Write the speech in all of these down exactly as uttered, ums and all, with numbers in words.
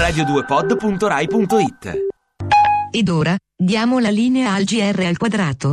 radio due pod punto rai punto it. Ed ora diamo la linea al G R al quadrato.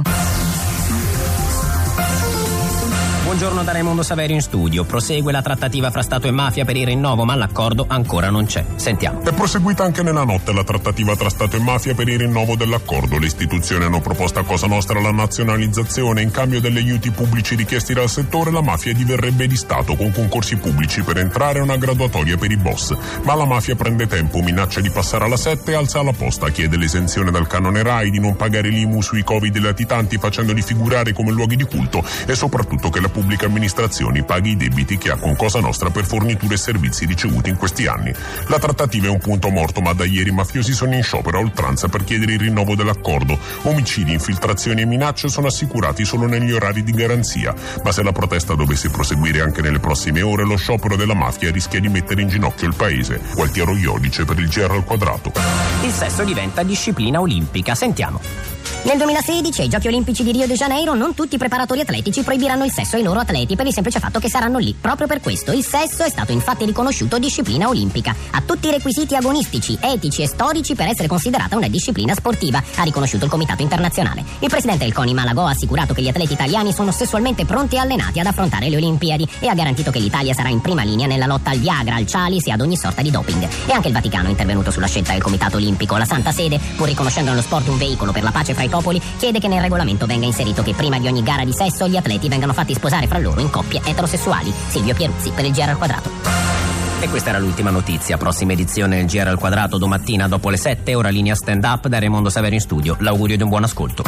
Buongiorno da Raimondo Saverio in studio. Prosegue la trattativa fra Stato e mafia per il rinnovo, ma l'accordo ancora non c'è. Sentiamo. È proseguita anche nella notte la trattativa tra Stato e mafia per il rinnovo dell'accordo. Le istituzioni hanno proposto a Cosa Nostra la nazionalizzazione. In cambio degli aiuti pubblici richiesti dal settore, la mafia diverrebbe di Stato con concorsi pubblici per entrare e una graduatoria per i boss. Ma la mafia prende tempo, minaccia di passare alla sette e alza la posta. Chiede l'esenzione dal canone RAI, di non pagare l'I M U sui covi dei latitanti facendoli figurare come luoghi di culto e soprattutto che la pubblica amministrazioni paghi i debiti che ha con Cosa Nostra per forniture e servizi ricevuti in questi anni. La trattativa è un punto morto, ma da ieri i mafiosi sono in sciopero a oltranza per chiedere il rinnovo dell'accordo. Omicidi, infiltrazioni e minacce sono assicurati solo negli orari di garanzia, ma se la protesta dovesse proseguire anche nelle prossime ore, lo sciopero della mafia rischia di mettere in ginocchio il paese. Gualtiero Iodice per il G R al quadrato. Il sesso diventa disciplina olimpica. Sentiamo. Nel duemilasedici ai Giochi Olimpici di Rio de Janeiro non tutti i preparatori atletici proibiranno il sesso ai loro atleti per il semplice fatto che saranno lì. Proprio per questo il sesso è stato infatti riconosciuto disciplina olimpica. Ha tutti i requisiti agonistici, etici e storici per essere considerata una disciplina sportiva, ha riconosciuto il Comitato Internazionale. Il presidente del CONI Malagò ha assicurato che gli atleti italiani sono sessualmente pronti e allenati ad affrontare le Olimpiadi e ha garantito che l'Italia sarà in prima linea nella lotta al Viagra, al Cialis e ad ogni sorta di doping. E anche il Vaticano è intervenuto sulla scelta del Comitato Olimpico. La Santa Sede, pur riconoscendo nello sport un veicolo per la pace fra i popoli, chiede che nel regolamento venga inserito che prima di ogni gara di sesso gli atleti vengano fatti sposare fra loro in coppie eterosessuali. Silvio Pieruzzi per il G R al quadrato. E questa era l'ultima notizia. Prossima edizione del G R al quadrato domattina dopo le sette, ora linea stand up da Raimondo Saverio in studio. L'augurio di un buon ascolto.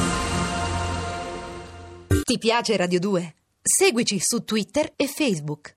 Ti piace Radio due? Seguici su Twitter e Facebook.